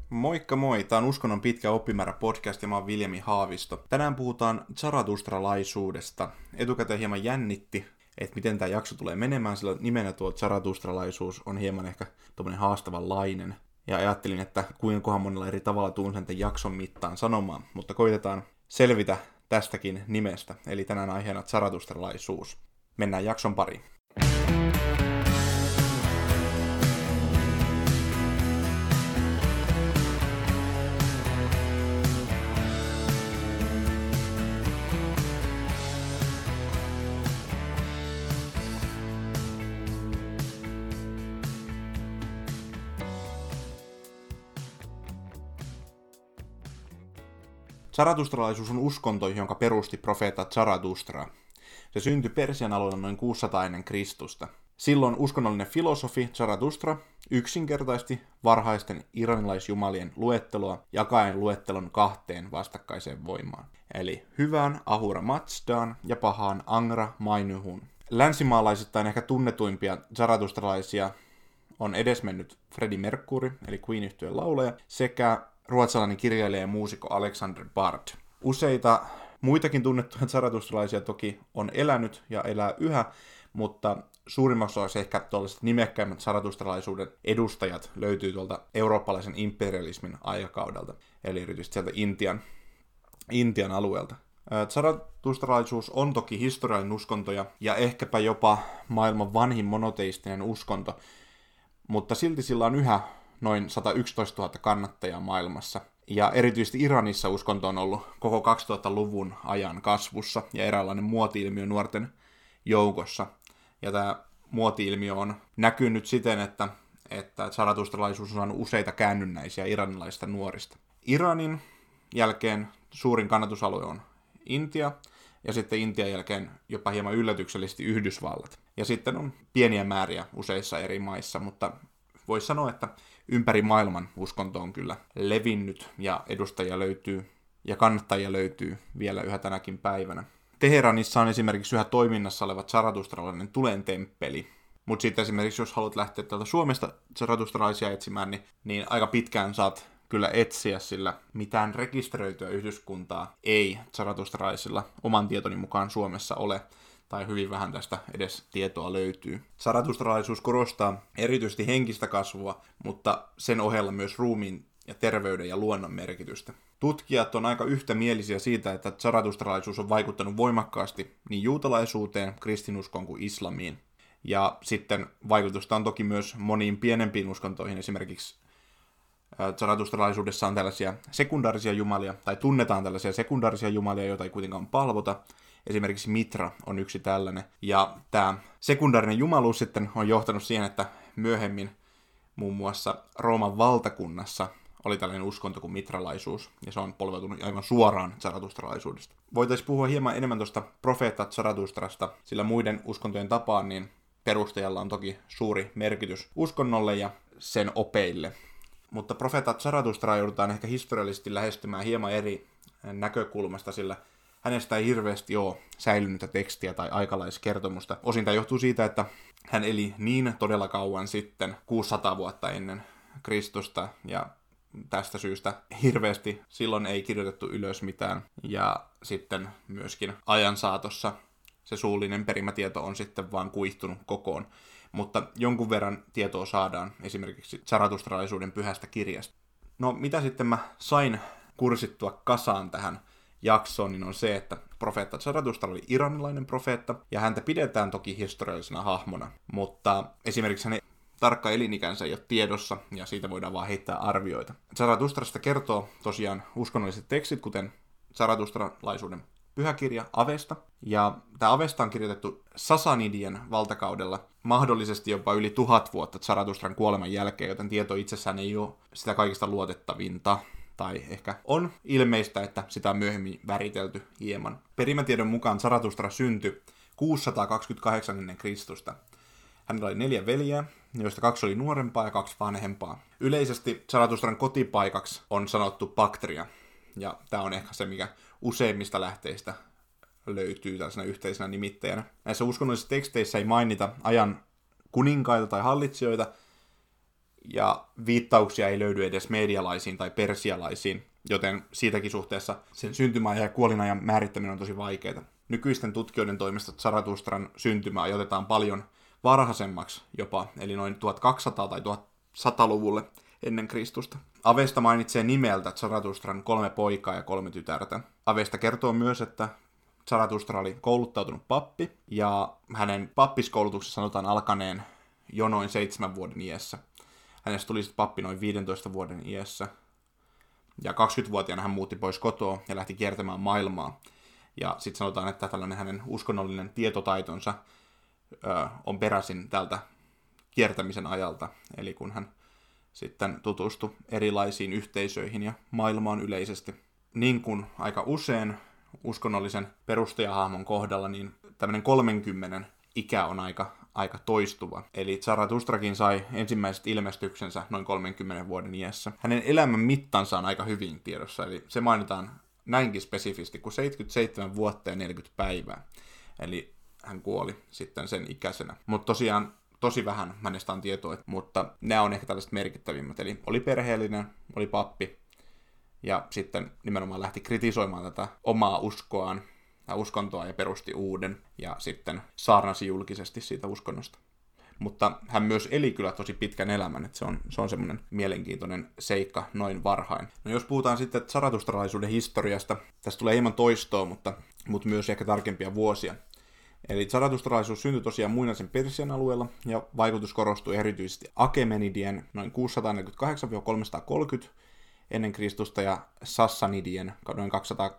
Moikka moi, tää on Uskonnon pitkä oppimäärä podcast ja mä oon Viljami Haavisto. Tänään puhutaan zaratustralaisuudesta. Etukäteen hieman jännitti, että miten tää jakso tulee menemään, sillä nimenä tuo zaratustralaisuus on hieman ehkä tommonen haastavanlainen. Ja ajattelin, että kuinkahan monella eri tavalla tuun sen tämän jakson mittaan sanomaan, mutta koitetaan selvitä tästäkin nimestä. Eli tänään aiheena zaratustralaisuus. Mennään jakson pariin. Zaratustralaisuus on uskonto, jonka perusti profeetta Zarathustra. Se syntyi Persian alueella noin 600 ennen Kristusta. Silloin uskonnollinen filosofi Zarathustra yksinkertaisti varhaisten iranilaisjumalien luettelua jakaen luettelon kahteen vastakkaiseen voimaan. Eli hyvään Ahura Mazdaan ja pahaan Angra Mainyhun. Länsimaalaisittain ehkä tunnetuimpia zaratustralaisia on edesmennyt Freddie Mercury, eli Queen-yhtyeen laulaja, sekä ruotsalainen kirjailija ja muusikko Alexander Bard. Useita muitakin tunnettuja zaratustralaisia toki on elänyt ja elää yhä, mutta suurimmaksi osassa ehkä tuollaiset nimekkäimmät zaratustralaisuuden edustajat löytyy tuolta eurooppalaisen imperialismin aikakaudelta, eli erityisesti sieltä Intian alueelta. Zaratustralaisuus on toki historiallinen uskonto ja ehkäpä jopa maailman vanhin monoteistinen uskonto, mutta silti sillä on yhä noin 111 000 kannattajaa maailmassa. Ja erityisesti Iranissa uskonto on ollut koko 2000-luvun ajan kasvussa ja eräänlainen muoti-ilmiö nuorten joukossa. Ja tämä muoti-ilmiö on näkynyt siten, että zaratustralaisuus on saanut useita käännynnäisiä iranilaisista nuorista. Iranin jälkeen suurin kannatusalue on Intia, ja sitten Intian jälkeen jopa hieman yllätyksellisesti Yhdysvallat. Ja sitten on pieniä määriä useissa eri maissa, mutta voisi sanoa, että ympäri maailman uskonto on kyllä levinnyt ja edustajia löytyy ja kannattajia löytyy vielä yhä tänäkin päivänä. Teheranissa on esimerkiksi yhä toiminnassa oleva zaratustralainen tulen temppeli. Mutta sitten esimerkiksi jos haluat lähteä täältä Suomesta zaratustralaisia etsimään, niin aika pitkään saat kyllä etsiä, sillä mitään rekisteröityä yhdyskuntaa ei zaratustralaisilla oman tietoni mukaan Suomessa ole, tai hyvin vähän tästä edes tietoa löytyy. Zaratustralaisuus korostaa erityisesti henkistä kasvua, mutta sen ohella myös ruumiin ja terveyden ja luonnon merkitystä. Tutkijat on aika yhtämielisiä siitä, että zaratustralaisuus on vaikuttanut voimakkaasti niin juutalaisuuteen, kristinuskoon kuin islamiin. Ja sitten vaikutusta on toki myös moniin pienempiin uskontoihin, esimerkiksi zaratustralaisuudessa on tällaisia sekundaarisia jumalia, tai tunnetaan tällaisia sekundaarisia jumalia, joita ei kuitenkaan palvota. Esimerkiksi Mitra on yksi tällainen. Ja tämä sekundaarinen jumaluus sitten on johtanut siihen, että myöhemmin muun muassa Rooman valtakunnassa oli tällainen uskonto kuin mitralaisuus, ja se on polveutunut aivan suoraan zaratustralaisuudesta. Voitaisiin puhua hieman enemmän tuosta profeetta Zarathustrasta, sillä muiden uskontojen tapaan niin perustajalla on toki suuri merkitys uskonnolle ja sen opeille. Mutta profeetta Zarathustraa joudutaan ehkä historiallisesti lähestymään hieman eri näkökulmasta, sillä hänestä ei hirveästi ole säilynyttä tekstiä tai aikalaiskertomusta. Osin tämä johtuu siitä, että hän eli niin todella kauan sitten, 600 vuotta ennen Kristusta, ja tästä syystä hirveästi silloin ei kirjoitettu ylös mitään. Ja sitten myöskin ajan saatossa se suullinen perimätieto on sitten vaan kuihtunut kokoon. Mutta jonkun verran tietoa saadaan esimerkiksi zaratustralaisuuden pyhästä kirjasta. No mitä sitten mä sain kursittua kasaan tähän jaksoon, niin on se, että profeetta Zarathustra oli iranilainen profeetta, ja häntä pidetään toki historiallisena hahmona, mutta esimerkiksi hänen tarkka elinikänsä ei ole tiedossa, ja siitä voidaan vaan heittää arvioita. Zarathustrasta kertoo tosiaan uskonnolliset tekstit, kuten zarathustralaisuuden pyhäkirja Avesta, ja tämä Avesta on kirjoitettu Sasanidien valtakaudella, mahdollisesti jopa yli 1000 vuotta Zarathustran kuoleman jälkeen, joten tieto itsessään ei ole sitä kaikista luotettavinta. Tai ehkä on ilmeistä, että sitä on myöhemmin väritelty hieman. Perimätiedon mukaan Zarathustra syntyi 628 ennen Kristusta. Hänellä oli 4 veljeä, joista 2 oli nuorempaa ja 2 vanhempaa. Yleisesti Zarathustran kotipaikaksi on sanottu Baktria, ja tämä on ehkä se, mikä useimmista lähteistä löytyy tällaisena yhteisenä nimittäjänä. Näissä uskonnollisissa teksteissä ei mainita ajan kuninkaita tai hallitsijoita, ja viittauksia ei löydy edes medialaisiin tai persialaisiin, joten siitäkin suhteessa sen syntymäajan ja kuolinajan määrittäminen on tosi vaikeaa. Nykyisten tutkijoiden toimesta Zaratustran syntymä ajoitetaan paljon varhaisemmaksi jopa, eli noin 1200- tai 1100-luvulle ennen Kristusta. Avesta mainitsee nimeltä Zaratustran 3 poikaa ja 3 tytärtä. Avesta kertoo myös, että Zaratustra oli kouluttautunut pappi, ja hänen pappiskoulutuksessa sanotaan alkaneen jo noin 7 vuoden iässä. Hänestä tuli sitten pappi noin 15 vuoden iässä. Ja 20-vuotiaana hän muutti pois kotoa ja lähti kiertämään maailmaa. Ja sitten sanotaan, että tällainen hänen uskonnollinen tietotaitonsa on peräisin tältä kiertämisen ajalta. Eli kun hän sitten tutustui erilaisiin yhteisöihin ja maailmaan yleisesti. Niin kuin aika usein uskonnollisen perustajahahmon kohdalla, niin tämmöinen 30 ikä on aika toistuva. Eli Zaratustrakin sai ensimmäiset ilmestyksensä noin 30 vuoden iässä. Hänen elämän mittansa on aika hyvin tiedossa, eli se mainitaan näinkin spesifisti kuin 77 vuotta ja 40 päivää. Eli hän kuoli sitten sen ikäisenä. Mutta tosiaan tosi vähän hänestä on tietoa, mutta nämä on ehkä tällaiset merkittävimmät. Eli oli perheellinen, oli pappi, ja sitten nimenomaan lähti kritisoimaan tätä omaa uskoaan, uskontoa, ja perusti uuden, ja sitten saarnasi julkisesti siitä uskonnosta. Mutta hän myös eli kyllä tosi pitkän elämän, että se on semmoinen mielenkiintoinen seikka noin varhain. No jos puhutaan sitten zaratustralaisuuden historiasta, tästä tulee hieman toistoa, mutta myös ehkä tarkempia vuosia. Eli zaratustralaisuus syntyi tosiaan muinaisen Persian alueella, ja vaikutus korostui erityisesti Akemenidien noin 648-330 ennen Kristusta ja Sassanidien noin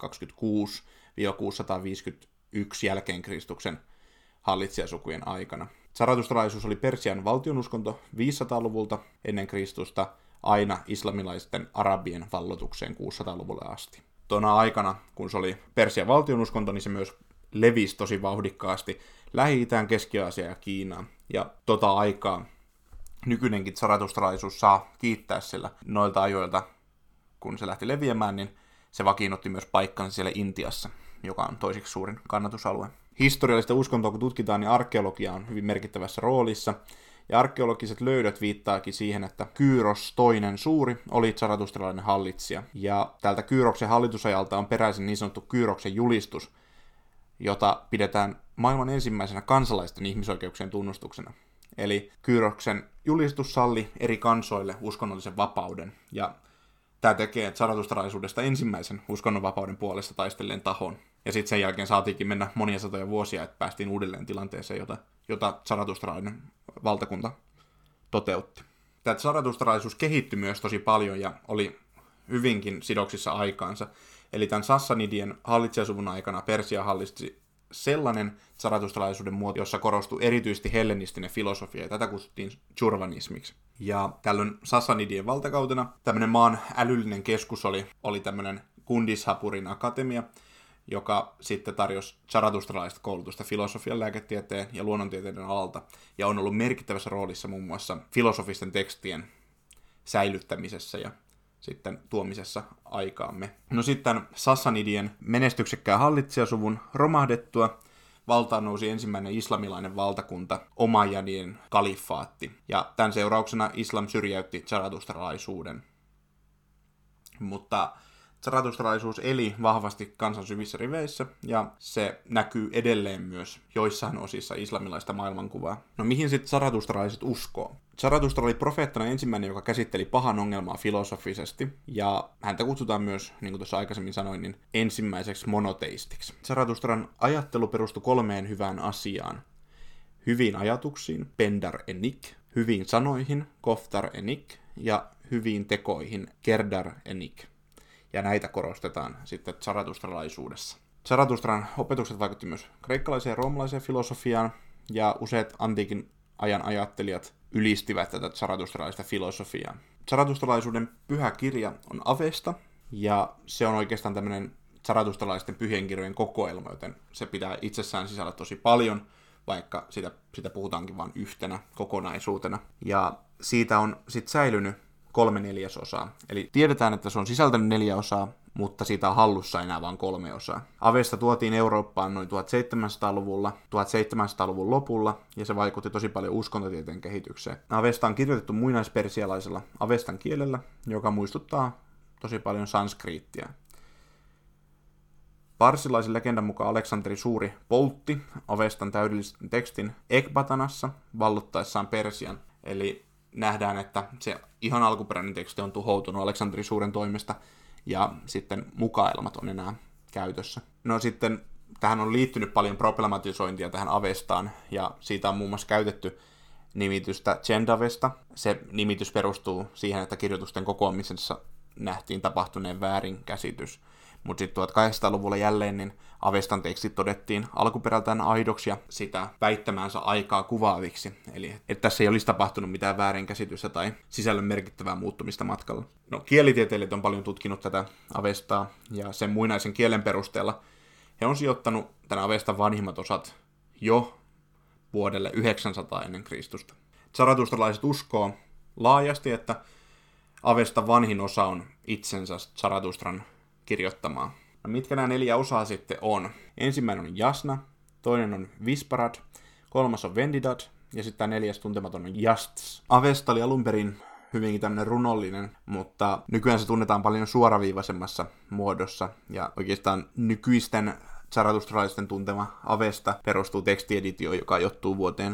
226-651 jälkeen Kristuksen hallitsijasukujen aikana. Zaratustralaisuus oli Persian valtionuskonto 500-luvulta ennen Kristusta aina islamilaisten arabien vallotukseen 600-luvulle asti. Tuona aikana, kun se oli Persian valtionuskonto, niin se myös levisi tosi vauhdikkaasti Lähi-Itään, Keski-Aasiaan ja Kiinaan. Ja tota aikaa nykyinenkin zaratustralaisuus saa kiittää sillä noilta ajoilta, kun se lähti leviämään, niin se vakiinnutti myös paikkansa siellä Intiassa, joka on toiseksi suurin kannatusalue. Historiallista uskontoa kun tutkitaan, niin arkeologia on hyvin merkittävässä roolissa, ja arkeologiset löydöt viittaakin siihen, että Kyros II suuri oli zaratustralainen hallitsija, ja tältä Kyroksen hallitusajalta on peräisin niin sanottu Kyroksen julistus, jota pidetään maailman ensimmäisenä kansalaisten ihmisoikeuksien tunnustuksena. Eli Kyroksen julistus salli eri kansoille uskonnollisen vapauden, ja tämä tekee zaratustralaisuudesta ensimmäisen uskonnonvapauden puolesta taistelleen tahon. Ja sitten sen jälkeen saatiinkin mennä monia satoja vuosia, että päästiin uudelleen tilanteeseen, jota zaratustralainen valtakunta toteutti. Tämä zaratustralaisuus kehittyi myös tosi paljon ja oli hyvinkin sidoksissa aikaansa. Eli tämän Sassanidien hallitsijasuvun aikana Persia hallitsi sellainen zaratustralaisuuden muoto, jossa korostui erityisesti hellenistinen filosofia, ja tätä kutsuttiin churvanismiksi. Ja tällöin Sassanidien valtakautena tämmöinen maan älyllinen keskus oli tämmöinen Kundishapurin akatemia, joka sitten tarjosi zaratustralaista koulutusta filosofian, lääketieteen ja luonnontieteiden alalta, ja on ollut merkittävässä roolissa muun muassa filosofisten tekstien säilyttämisessä ja sitten tuomisessa aikaamme. No sitten Sassanidien menestyksekkään hallitsijasuvun romahdettua valtaan nousi ensimmäinen islamilainen valtakunta, Omayyadien kalifaatti, ja tämän seurauksena islam syrjäytti zaratustralaisuuden. Mutta zaratustralaisuus eli vahvasti kansan syvissä riveissä, ja se näkyy edelleen myös joissain osissa islamilaista maailmankuvaa. No mihin sitten zaratustralaiset uskoo? Zaratustra oli profeettana ensimmäinen, joka käsitteli pahan ongelmaa filosofisesti, ja häntä kutsutaan myös, niin kuin tuossa aikaisemmin sanoin, niin ensimmäiseksi monoteistiksi. Zaratustran ajattelu perustui 3 hyvään asiaan. Hyviin ajatuksiin, pendar enik, hyviin sanoihin, koftar enik, ja hyviin tekoihin, kerdar enik. Ja näitä korostetaan sitten zaratustralaisuudessa. Zaratustran opetukset vaikutti myös kreikkalaiseen ja roomalaiseen filosofiaan, ja useat antiikin ajan ajattelijat ylistivät tätä zaratustralaista filosofiaa. Zaratustralaisuuden pyhä kirja on Avesta, ja se on oikeastaan tämmöinen zaratustralaisten pyhien kirjojen kokoelma, joten se pitää itsessään sisällä tosi paljon, vaikka sitä puhutaankin vain yhtenä kokonaisuutena. Ja siitä on sitten säilynyt 3/4. Eli tiedetään, että se on sisältänyt 4 osaa, mutta siitä on hallussa enää vain 3 osaa. Avesta tuotiin Eurooppaan noin 1700-luvulla, 1700-luvun lopulla, ja se vaikutti tosi paljon uskontotieteen kehitykseen. Avesta on kirjoitettu muinaispersialaisella avestan kielellä, joka muistuttaa tosi paljon sanskriittiä. Parsilaisen legendan mukaan Aleksanteri Suuri poltti Avestan täydellisen tekstin Ekbatanassa valloittaessaan Persian. Eli nähdään, että se ihan alkuperäinen teksti on tuhoutunut Aleksanteri Suuren toimesta, ja sitten mukaelmat on enää käytössä. No sitten tähän on liittynyt paljon problematisointia tähän Avestaan, ja siitä on muun muassa käytetty nimitystä Chendavesta. Se nimitys perustuu siihen, että kirjoitusten kokoamisessa nähtiin tapahtuneen väärinkäsitys. Mutta sitten 1800-luvulla jälleen niin Avestan tekstit todettiin alkuperältään aidoksi ja sitä väittämäänsä aikaa kuvaaviksi. Eli että tässä ei olisi tapahtunut mitään väärinkäsitystä tai sisällön merkittävää muuttumista matkalla. No, kielitieteilijät on paljon tutkinut tätä Avestaa, ja sen muinaisen kielen perusteella he on sijoittanut tämän Avestan vanhimmat osat jo vuodelle 900 ennen Kristusta. Zaratustralaiset uskoo laajasti, että Avestan vanhin osa on itsensä Zaratustran kirjoittamaa. No, mitkä nämä 4 osaa sitten on? Ensimmäinen on Jasna, toinen on Visparad, kolmas on Vendidad, ja sitten tämä 4. tuntematon on Yasts. Avesta oli alun perin hyvinkin tämmöinen runollinen, mutta nykyään se tunnetaan paljon suoraviivaisemmassa muodossa, ja oikeastaan nykyisten zaratustralaisten tuntema Avesta perustuu tekstieditioon, joka ajoittuu vuoteen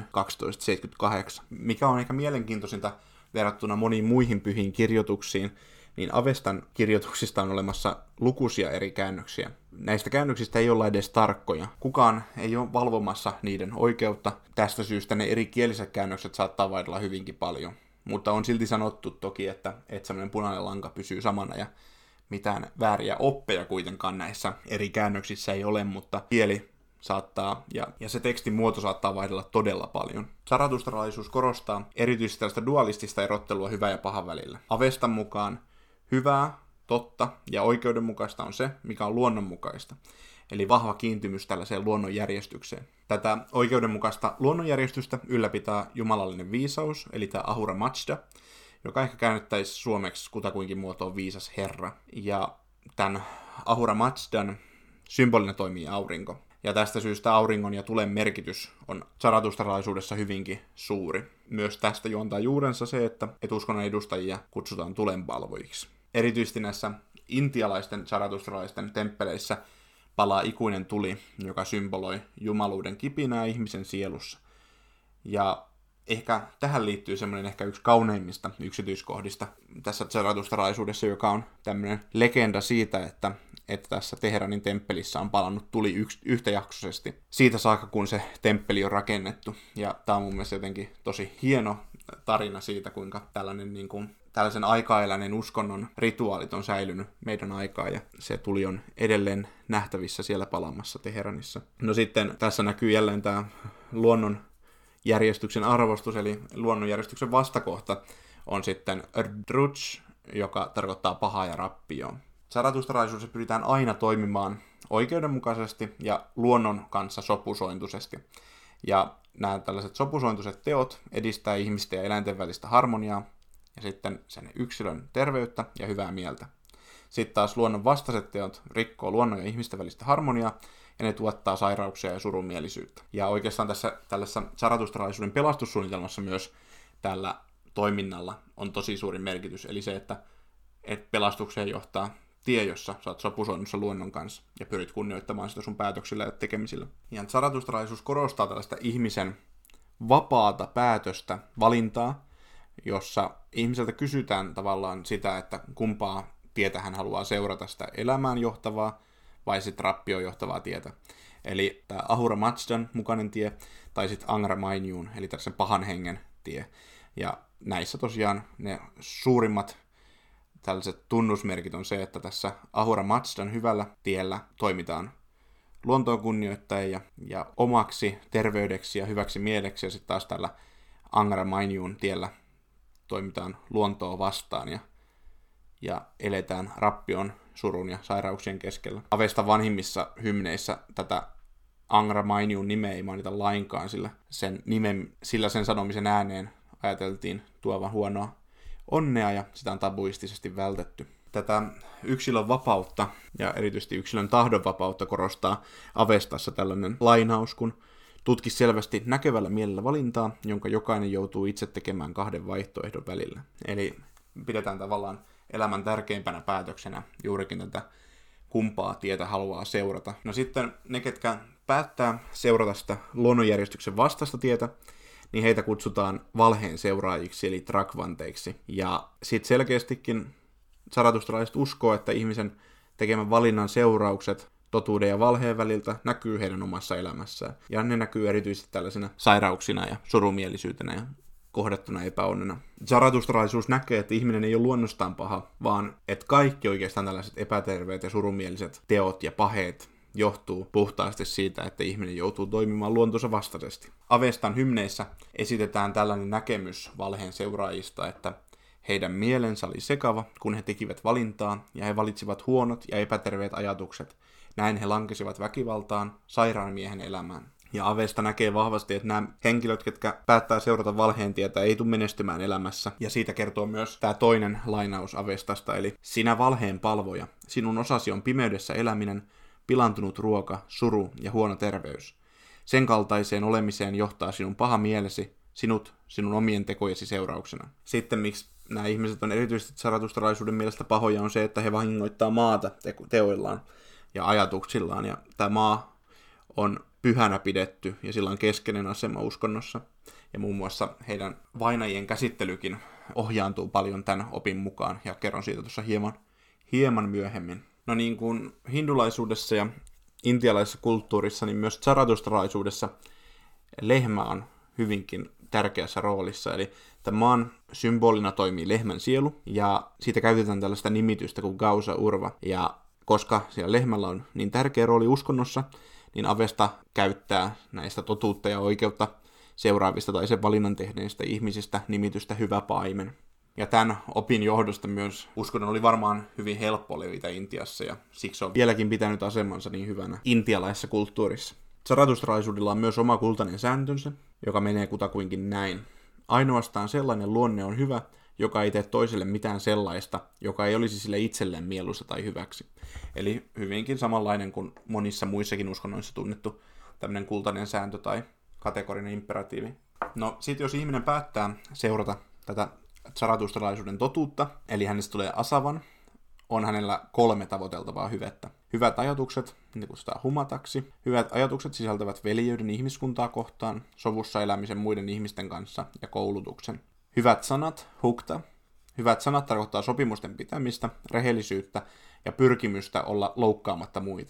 1278. Mikä on ehkä mielenkiintoisinta verrattuna moniin muihin pyhiin kirjoituksiin, niin Avestan kirjoituksista on olemassa lukuisia eri käännöksiä. Näistä käännöksistä ei olla edes tarkkoja. Kukaan ei ole valvomassa niiden oikeutta. Tästä syystä ne eri kieliset käännökset saattaa vaihdella hyvinkin paljon. Mutta on silti sanottu toki, että semmoinen punainen lanka pysyy samana ja mitään vääriä oppeja kuitenkaan näissä eri käännöksissä ei ole, mutta kieli saattaa, ja se tekstin muoto saattaa vaihdella todella paljon. Zaratustralaisuus korostaa erityisesti tällaista dualistista erottelua hyvän ja pahan välillä. Avestan mukaan hyvää, totta ja oikeudenmukaista on se, mikä on luonnonmukaista. Eli vahva kiintymys tällaiseen luonnonjärjestykseen. Tätä oikeudenmukaista luonnonjärjestystä ylläpitää jumalallinen viisaus, eli tämä Ahura Mazda, joka ehkä käännettäisi suomeksi kutakuinkin muotoon viisas herra. Ja tämän Ahura Mazdan symbolina toimii aurinko. Ja tästä syystä auringon ja tulen merkitys on zaratustralaisuudessa hyvinkin suuri. Myös tästä juontaa juurensa se, että uskonnon edustajia kutsutaan tulenpalvojiksi. Erityisesti näissä intialaisten zaratustralaisten temppeleissä palaa ikuinen tuli, joka symboloi jumaluuden kipinää ihmisen sielussa. Ja ehkä tähän liittyy semmoinen ehkä yksi kauneimmista yksityiskohdista tässä zaratustralaisuudessa, joka on tämmöinen legenda siitä, että tässä Teheranin temppelissä on palannut tuli yhtäjaksoisesti siitä saakka, kun se temppeli on rakennettu. Ja tämä on mun mielestä jotenkin tosi hieno tarina siitä, kuinka tällaisen aikaeläinen uskonnon rituaalit on säilynyt meidän aikaa, ja se tuli on edelleen nähtävissä siellä palamassa Teheranissa. No sitten tässä näkyy jälleen tämä luonnonjärjestyksen arvostus, eli luonnonjärjestyksen vastakohta on sitten Rdruj, joka tarkoittaa pahaa ja rappioon. Zaratustralaisuudessa pyritään aina toimimaan oikeudenmukaisesti ja luonnon kanssa sopusointuisesti. Ja nämä tällaiset sopusointuiset teot edistää ihmisten ja eläinten välistä harmoniaa ja sitten sen yksilön terveyttä ja hyvää mieltä. Sitten taas luonnon vastaiset teot rikkoo luonnon ja ihmisten välistä harmoniaa ja ne tuottaa sairauksia ja surumielisyyttä. Ja oikeastaan tällaisessa zaratustralaisuuden pelastussuunnitelmassa myös tällä toiminnalla on tosi suuri merkitys. Eli se, että pelastukseen johtaa tie, jossa sä oot sopusoinnussa luonnon kanssa ja pyrit kunnioittamaan sitä sun päätöksillä ja tekemisillä. Ja zaratustralaisuus korostaa tällaista ihmisen vapaata päätöstä, valintaa, jossa ihmiseltä kysytään tavallaan sitä, että kumpaa tietä hän haluaa seurata, sitä elämään johtavaa vai sitten rappioon johtavaa tietä. Eli tämä Ahura Mazdan mukainen tie tai sitten Angra Mainyun, eli tällaisen pahan hengen tie. Ja näissä tosiaan ne suurimmat tällaiset tunnusmerkit on se, että tässä Ahura Mazdan hyvällä tiellä toimitaan luontoa kunnioittain ja omaksi terveydeksi ja hyväksi mieleksi, ja sitten taas tällä Angra Mainyun tiellä toimitaan luontoa vastaan ja eletään rappion, surun ja sairauksien keskellä. Avesta vanhimmissa hymneissä tätä Angra Mainyun nimeä ei mainita lainkaan, sillä sen sanomisen ääneen ajateltiin tuovan huonoa onnea ja sitä on tabuistisesti vältetty. Tätä yksilön vapautta ja erityisesti yksilön tahdon vapautta korostaa Avestassa tällainen lainaus, kun tutki selvästi näkevällä mielellä valintaa, jonka jokainen joutuu itse tekemään 2 vaihtoehdon välillä. Eli pidetään tavallaan elämän tärkeimpänä päätöksenä juurikin tätä kumpaa tietä haluaa seurata. No sitten ne, ketkä päättää seurata sitä luonnonjärjestyksen vastaista tietä, niin heitä kutsutaan valheen seuraajiksi, eli trakvanteiksi. Ja sitten selkeästikin zaratustralaiset uskoo, että ihmisen tekemän valinnan seuraukset totuuden ja valheen väliltä näkyy heidän omassa elämässään. Ja ne näkyy erityisesti tällaisina sairauksina ja surumielisyytenä ja kohdattuna epäonnena. Zaratustralaisuus näkee, että ihminen ei ole luonnostaan paha, vaan että kaikki oikeastaan tällaiset epäterveet ja surumieliset teot ja paheet johtuu puhtaasti siitä, että ihminen joutuu toimimaan luontonsa vastaisesti. Avestan hymneissä esitetään tällainen näkemys valheen seuraajista, että heidän mielensä oli sekava, kun he tekivät valintaa, ja he valitsivat huonot ja epäterveet ajatukset. Näin he lankesivat väkivaltaan, sairaan miehen elämään. Ja Avesta näkee vahvasti, että nämä henkilöt, ketkä päättää seurata valheen tietä, ei tule menestymään elämässä. Ja siitä kertoo myös tämä toinen lainaus Avestasta, eli sinä valheen palvoja, sinun osasi on pimeydessä eläminen, pilantunut ruoka, suru ja huono terveys. Sen kaltaiseen olemiseen johtaa sinun paha mielesi, sinun omien tekojesi seurauksena. Sitten miksi nämä ihmiset on erityisesti zaratustralaisuuden mielestä pahoja on se, että he vahingoittaa maata teoillaan ja ajatuksillaan. Ja tämä maa on pyhänä pidetty ja sillä on keskeinen asema uskonnossa. Ja muun muassa heidän vainajien käsittelykin ohjaantuu paljon tämän opin mukaan ja kerron siitä tuossa hieman myöhemmin. No niin kuin hindulaisuudessa ja intialaisessa kulttuurissa, niin myös zaratustralaisuudessa lehmä on hyvinkin tärkeässä roolissa. Eli tämän maan symbolina toimii lehmän sielu, ja siitä käytetään tällaista nimitystä kuin Gausa Urva. Ja koska siellä lehmällä on niin tärkeä rooli uskonnossa, niin Avesta käyttää näistä totuutta ja oikeutta seuraavista tai sen valinnan tehneistä ihmisistä nimitystä hyvä paimen. Ja tämän opin johdosta myös uskonnon oli varmaan hyvin helppo levitä Intiassa, ja siksi on vieläkin pitänyt asemansa niin hyvänä intialaisessa kulttuurissa. Zaratustralaisuudella on myös oma kultainen sääntönsä, joka menee kutakuinkin näin. Ainoastaan sellainen luonne on hyvä, joka ei tee toiselle mitään sellaista, joka ei olisi sille itselleen mieluista tai hyväksi. Eli hyvinkin samanlainen kuin monissa muissakin uskonnoissa tunnettu tämmöinen kultainen sääntö tai kategorinen imperatiivi. No sit jos ihminen päättää seurata tätä zaratustralaisuuden totuutta, eli hänestä tulee asavan, on hänellä 3 tavoiteltavaa hyvettä. Hyvät ajatukset, niitä kutsutaan humataksi. Hyvät ajatukset sisältävät veljeyden ihmiskuntaa kohtaan, sovussa elämisen muiden ihmisten kanssa ja koulutuksen. Hyvät sanat, hukta. Hyvät sanat tarkoittaa sopimusten pitämistä, rehellisyyttä ja pyrkimystä olla loukkaamatta muita.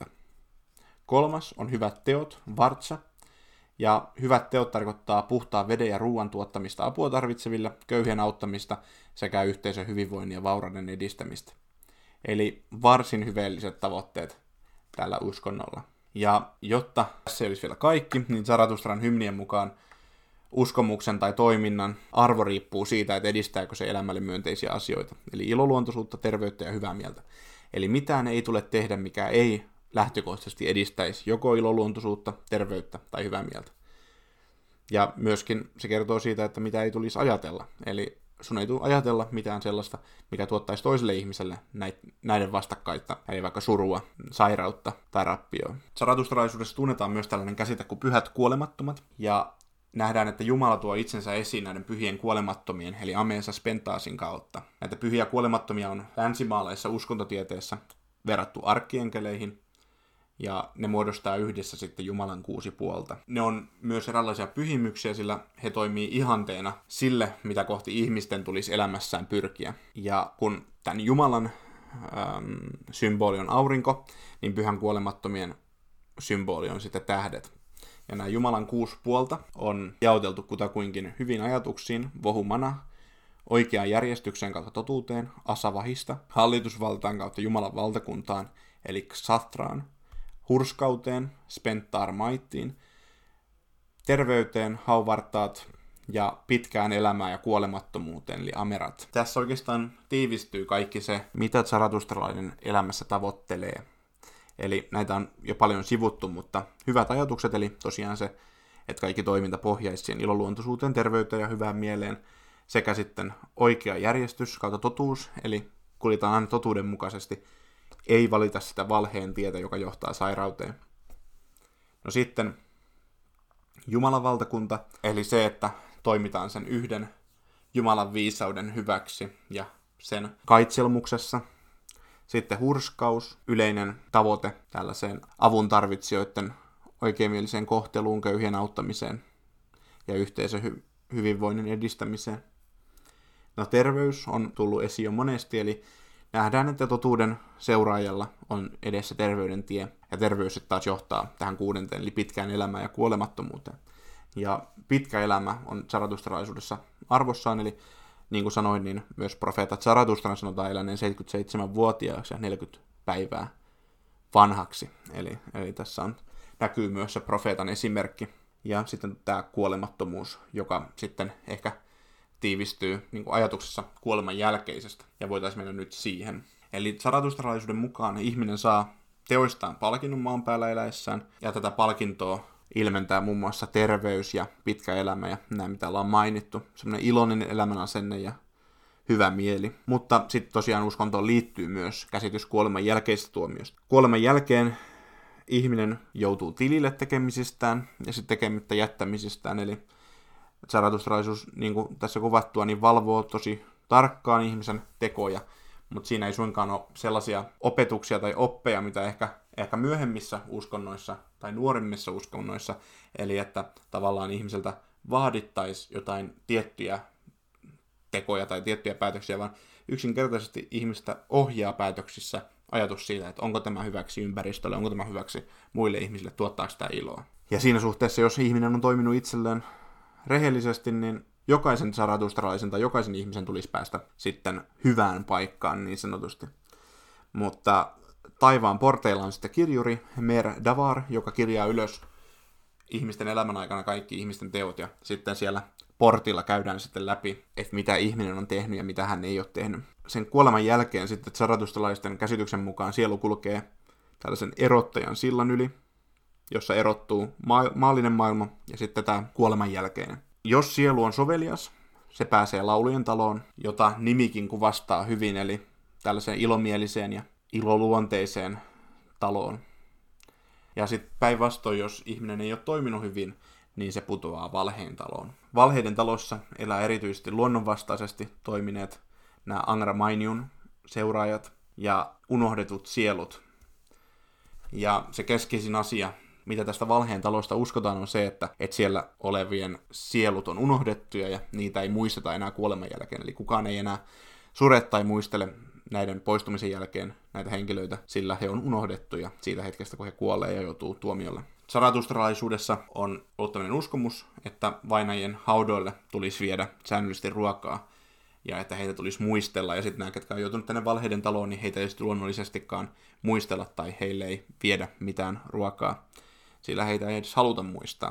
3 on hyvät teot, vartsa. Ja hyvät teot tarkoittaa puhtaan veden ja ruoan tuottamista apua tarvitseville, köyhien auttamista sekä yhteisön hyvinvoinnin ja vaurauden edistämistä. Eli varsin hyveelliset tavoitteet tällä uskonnolla. Ja jotta se olisi vielä kaikki, niin Zaratustran hymnien mukaan uskomuksen tai toiminnan arvo riippuu siitä, että edistääkö se elämälle myönteisiä asioita. Eli iloluontoisuutta, terveyttä ja hyvää mieltä. Eli mitään ei tule tehdä, mikä ei lähtökohtaisesti edistäisi joko iloluontoisuutta, terveyttä tai hyvää mieltä. Ja myöskin se kertoo siitä, että mitä ei tulisi ajatella. Eli sun ei tule ajatella mitään sellaista, mikä tuottaisi toiselle ihmiselle näiden vastakkaita, eli vaikka surua, sairautta tai rappioa. Zaratustralaisuudessa tunnetaan myös tällainen käsite kuin pyhät kuolemattomat, ja nähdään, että Jumala tuo itsensä esiin näiden pyhien kuolemattomien, eli Amensa Spentaasin kautta. Näitä pyhiä kuolemattomia on länsimaalaisessa uskontotieteessä verrattu arkkienkeleihin, ja ne muodostaa yhdessä sitten Jumalan 6 puolta. Ne on myös eräänlaisia pyhimyksiä, sillä he toimii ihanteena sille, mitä kohti ihmisten tulisi elämässään pyrkiä. Ja kun tämän Jumalan symboli on aurinko, niin pyhän kuolemattomien symboli on sitten tähdet. Ja nämä Jumalan 6 puolta on jaoteltu kutakuinkin hyvin ajatuksiin, vohumana, oikeaan järjestykseen kautta totuuteen, asavahista, hallitusvaltaan kautta Jumalan valtakuntaan, eli ksatraan, hurskauteen, spentar maittiin, terveyteen, hauvartaat ja pitkään elämään ja kuolemattomuuteen, eli amerat. Tässä oikeastaan tiivistyy kaikki se, mitä zaratustralainen elämässä tavoittelee. Eli näitä on jo paljon sivuttu, mutta hyvät ajatukset, eli tosiaan se, että kaikki toiminta pohjaisi siihen iloluontoisuuteen, terveyteen ja hyvään mieleen, sekä sitten oikea järjestys kautta totuus, eli kuljetaan aina totuuden mukaisesti, ei valita sitä valheen tietä, joka johtaa sairauteen. No sitten Jumalan valtakunta, eli se, että toimitaan sen yhden Jumalan viisauden hyväksi ja sen kaitselmuksessa. Sitten hurskaus, yleinen tavoite tällaiseen avun tarvitsijoiden oikeamieliseen kohteluun, köyhien auttamiseen ja yhteisön hyvinvoinnin edistämiseen. No terveys on tullut esiin jo monesti, eli nähdään, että totuuden seuraajalla on edessä terveyden tie, ja terveys taas johtaa tähän 6, eli pitkään elämään ja kuolemattomuuteen. Ja pitkä elämä on zaratustralaisuudessa arvossaan, eli niin kuin sanoin, niin myös profeetta Zaratustran sanotaan eläneen 77-vuotiaaksi ja 40 päivää vanhaksi. Eli tässä näkyy myös se profeetan esimerkki. Ja sitten tämä kuolemattomuus, joka sitten ehkä tiivistyy niin kuin ajatuksessa kuoleman jälkeisestä. Ja voitaisiin mennä nyt siihen. Eli zaratustralaisuuden mukaan ihminen saa teoistaan palkinnon maan päällä eläessään. Ja tätä palkintoa ilmentää muun muassa terveys ja pitkä elämä ja nämä, mitä ollaan mainittu. Semmoinen iloinen elämänasenne ja hyvä mieli. Mutta sitten tosiaan uskontoon liittyy myös käsitys kuoleman jälkeisestä tuomiosta. Kuoleman jälkeen ihminen joutuu tilille tekemisistään ja sitten tekemättä jättämisistään. Eli zaratustralaisuus, niin kuin tässä kuvattua, niin valvoo tosi tarkkaan ihmisen tekoja, mutta siinä ei suinkaan ole sellaisia opetuksia tai oppeja, mitä ehkä myöhemmissä uskonnoissa tai nuorimmissa uskonnoissa, eli että tavallaan ihmiseltä vaadittaisi jotain tiettyjä tekoja tai tiettyjä päätöksiä, vaan yksinkertaisesti ihmistä ohjaa päätöksissä ajatus siitä, että onko tämä hyväksi ympäristölle, onko tämä hyväksi muille ihmisille, tuottaako sitä iloa. Ja siinä suhteessa, jos ihminen on toiminut itselleen rehellisesti, niin jokaisen zaratustralaisen tai jokaisen ihmisen tulisi päästä sitten hyvään paikkaan niin sanotusti. Mutta taivaan porteilla on sitten kirjuri, Mer Davar, joka kirjaa ylös ihmisten elämän aikana kaikki ihmisten teot, ja sitten siellä portilla käydään sitten läpi, että mitä ihminen on tehnyt ja mitä hän ei ole tehnyt. Sen kuoleman jälkeen sitten zaratustralaisten käsityksen mukaan sielu kulkee tällaisen erottajan sillan yli, jossa erottuu maallinen maailma ja sitten tämä kuoleman jälkeinen. Jos sielu on sovelias, se pääsee laulujen taloon, jota nimikin kuvastaa hyvin, eli tällaiseen ilomieliseen ja iloluonteiseen taloon. Ja sitten päinvastoin, jos ihminen ei ole toiminut hyvin, niin se putoaa valheen taloon. Valheiden talossa elää erityisesti luonnonvastaisesti toimineet nämä Angra Mainyun seuraajat ja unohdetut sielut. Ja se keskeisin asia, mitä tästä valheen talosta uskotaan, on se, että siellä olevien sielut on unohdettuja ja niitä ei muisteta enää kuoleman jälkeen. Eli kukaan ei enää sure tai muistele näiden poistumisen jälkeen näitä henkilöitä, sillä he on unohdettuja siitä hetkestä, kun he kuolee ja joutuu tuomiolle. Zaratustralaisuudessa on ollut tämmöinen uskomus, että vainajien haudoille tulisi viedä säännöllisesti ruokaa ja että heitä tulisi muistella. Ja sitten nämä, ketkä on joutunut tänne valheiden taloon, niin heitä ei luonnollisestikaan muistella tai heille ei viedä mitään ruokaa, sillä heitä ei edes haluta muistaa.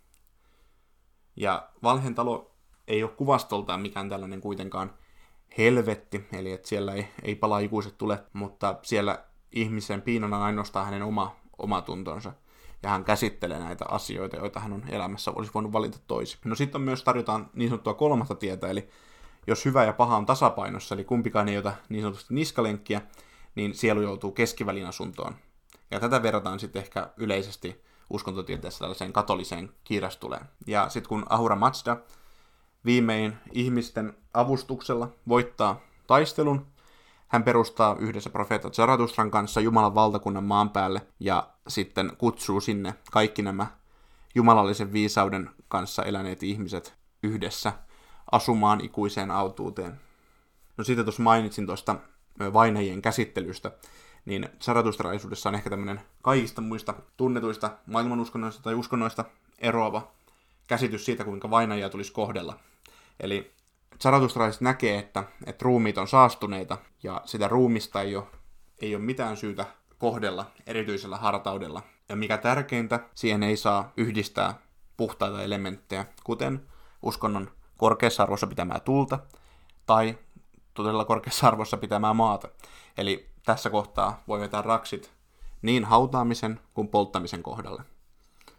Ja valheen talo ei ole kuvastoltaan mikään tällainen kuitenkaan helvetti, eli että siellä ei pala ikuiset tulet, mutta siellä ihmisen piinana on ainoastaan hänen oma tuntonsa. Ja hän käsittelee näitä asioita, joita hän on elämässä olisi voinut valita toisin. No sitten on myös tarjotaan niin sanottua kolmatta tietä, eli jos hyvä ja paha on tasapainossa, eli kumpikaan ei ota niin sanotusti niskalenkkiä, niin sielu joutuu keskivälin asuntoon. Ja tätä verrataan sitten ehkä yleisesti uskontotieteessä tällaiseen katoliseen kiirastuleen. Ja sitten kun Ahura Mazda viimein ihmisten avustuksella voittaa taistelun, hän perustaa yhdessä profeetta Zaratustran kanssa Jumalan valtakunnan maan päälle ja sitten kutsuu sinne kaikki nämä jumalallisen viisauden kanssa eläneet ihmiset yhdessä asumaan ikuiseen autuuteen. No sitten tuossa mainitsin tuosta vainajien käsittelystä, niin zaratustralaisuudessa on ehkä tämmöinen kaikista muista tunnetuista maailmanuskonnoista tai uskonnoista eroava käsitys siitä, kuinka vainajia tulisi kohdella. Eli zaratustralaiset näkee, että ruumiit on saastuneita ja sitä ruumista ei ole mitään syytä kohdella erityisellä hartaudella. Ja mikä tärkeintä, siihen ei saa yhdistää puhtaita elementtejä, kuten uskonnon korkeassa arvossa pitämää tulta tai todella korkeassa arvossa pitämää maata. Eli tässä kohtaa voi vetää raksit niin hautaamisen kuin polttamisen kohdalle.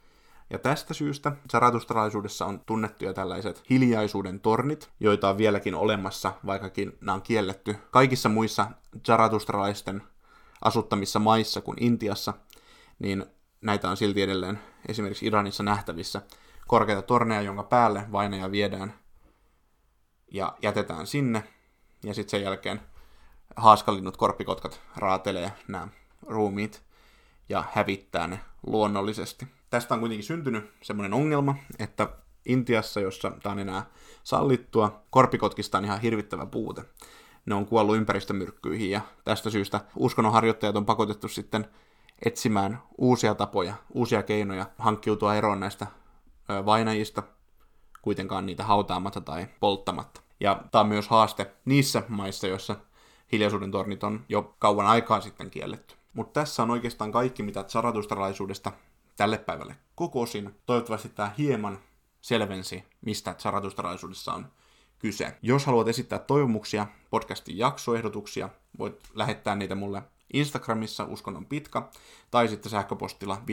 Ja tästä syystä zaratustralaisuudessa on tunnettuja tällaiset hiljaisuuden tornit, joita on vieläkin olemassa, vaikkakin nämä on kielletty kaikissa muissa zaratustralaisten asuttamissa maissa kuin Intiassa, niin näitä on silti edelleen esimerkiksi Iranissa nähtävissä korkeita torneja, jonka päälle vainaja viedään ja jätetään sinne, ja sitten sen jälkeen haaskalinnut, korppikotkat raatelee nämä ruumiit ja hävittää ne luonnollisesti. Tästä on kuitenkin syntynyt semmoinen ongelma, että Intiassa, jossa tämä on enää sallittua, korppikotkista on ihan hirvittävä puute. Ne on kuollut ympäristömyrkkyihin ja tästä syystä uskonnonharjoittajat on pakotettu sitten etsimään uusia tapoja, uusia keinoja hankkiutua eroon näistä vainajista, kuitenkaan niitä hautaamatta tai polttamatta. Ja tämä on myös haaste niissä maissa, joissa hiljaisuuden tornit on jo kauan aikaa sitten kielletty. Mutta tässä on oikeastaan kaikki, mitä zaratustralaisuudesta tälle päivälle kokosin. Toivottavasti tämä hieman selvensi, mistä zaratustralaisuudessa on kyse. Jos haluat esittää toivomuksia, podcastin jaksoehdotuksia, voit lähettää niitä mulle Instagramissa uskonnon pitkä, tai sitten sähköpostilla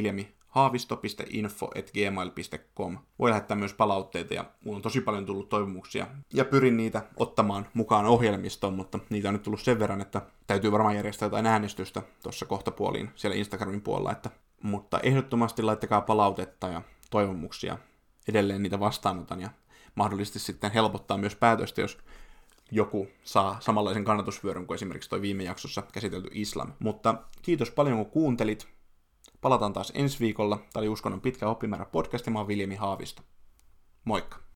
viljamihaavisto.info@gmail.com. Voi lähettää myös palautteita, ja mulla on tosi paljon tullut toivomuksia, ja pyrin niitä ottamaan mukaan ohjelmistoon, mutta niitä on nyt tullut sen verran, että täytyy varmaan järjestää jotain äänestystä tuossa kohtapuoliin siellä Instagramin puolella, mutta ehdottomasti laittakaa palautetta ja toivomuksia, edelleen niitä vastaanotan, ja mahdollisesti sitten helpottaa myös päätöstä, jos joku saa samanlaisen kannatusvyöryn kuin esimerkiksi toi viime jaksossa käsitelty islam. Mutta kiitos paljon, kun kuuntelit. Palataan taas ensi viikolla. Tämä oli Uskonnon pitkä oppimäärä podcast ja mä oon Viljami Haavisto. Moikka!